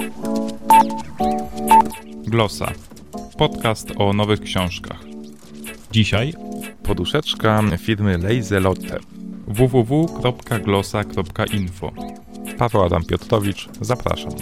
Glosa. Podcast o nowych książkach. Dzisiaj poduszeczka firmy Lazy-Lotte. www.glosa.info. Paweł Adam Piotrowicz, zapraszam.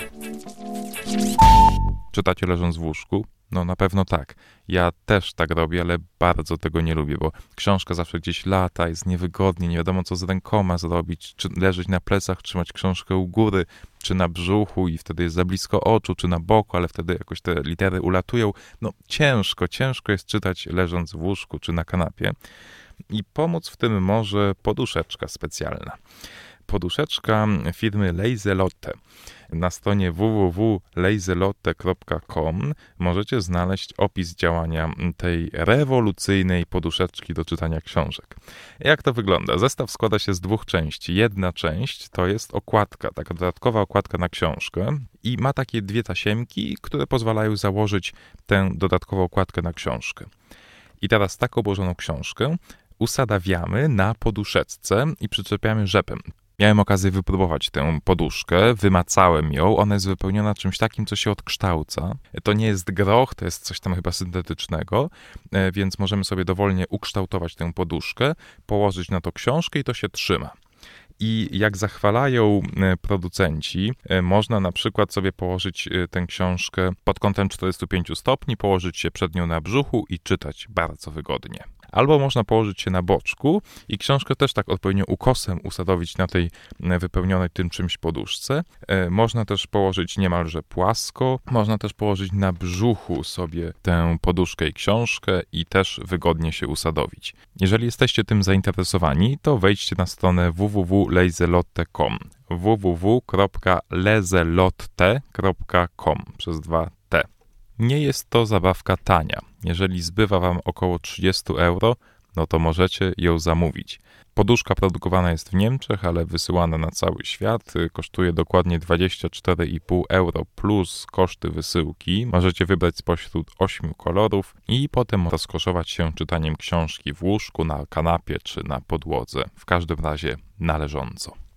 Czytacie leżąc w łóżku? No na pewno tak. Ja też tak robię, ale bardzo tego nie lubię, bo książka zawsze gdzieś lata, jest niewygodnie, nie wiadomo co z rękoma zrobić, czy leżeć na plecach, trzymać książkę u góry, czy na brzuchu i wtedy jest za blisko oczu, czy na boku, ale wtedy jakoś te litery ulatują. No ciężko jest czytać leżąc w łóżku, czy na kanapie. I pomóc w tym może poduszeczka specjalna. Poduszeczka firmy Lazy-Lotte. Na stronie www.lazylotte.com możecie znaleźć opis działania tej rewolucyjnej poduszeczki do czytania książek. Jak to wygląda? Zestaw składa się z dwóch części. Jedna część to jest okładka, taka dodatkowa okładka na książkę i ma takie dwie tasiemki, które pozwalają założyć tę dodatkową okładkę na książkę. I teraz tak obłożoną książkę usadawiamy na poduszeczce i przyczepiamy rzepem. Miałem okazję wypróbować tę poduszkę, wymacałem ją, ona jest wypełniona czymś takim, co się odkształca. To nie jest groch, to jest coś tam chyba syntetycznego, więc możemy sobie dowolnie ukształtować tę poduszkę, położyć na to książkę i to się trzyma. I jak zachwalają producenci, można na przykład sobie położyć tę książkę pod kątem 45 stopni, położyć się przed nią na brzuchu i czytać bardzo wygodnie. Albo można położyć się na boczku i książkę też tak odpowiednio ukosem usadowić na tej wypełnionej tym czymś poduszce. Można też położyć niemalże płasko, można też położyć na brzuchu sobie tę poduszkę i książkę i też wygodnie się usadowić. Jeżeli jesteście tym zainteresowani, to wejdźcie na stronę www.lazylotte.com www.lazylotte.com przez 2 T. Nie jest to zabawka tania. Jeżeli zbywa wam około 30 euro, no to możecie ją zamówić. Poduszka produkowana jest w Niemczech, ale wysyłana na cały świat. Kosztuje dokładnie 24,5 euro plus koszty wysyłki. Możecie wybrać spośród 8 kolorów i potem rozkoszować się czytaniem książki w łóżku, na kanapie czy na podłodze. W każdym razie należąco.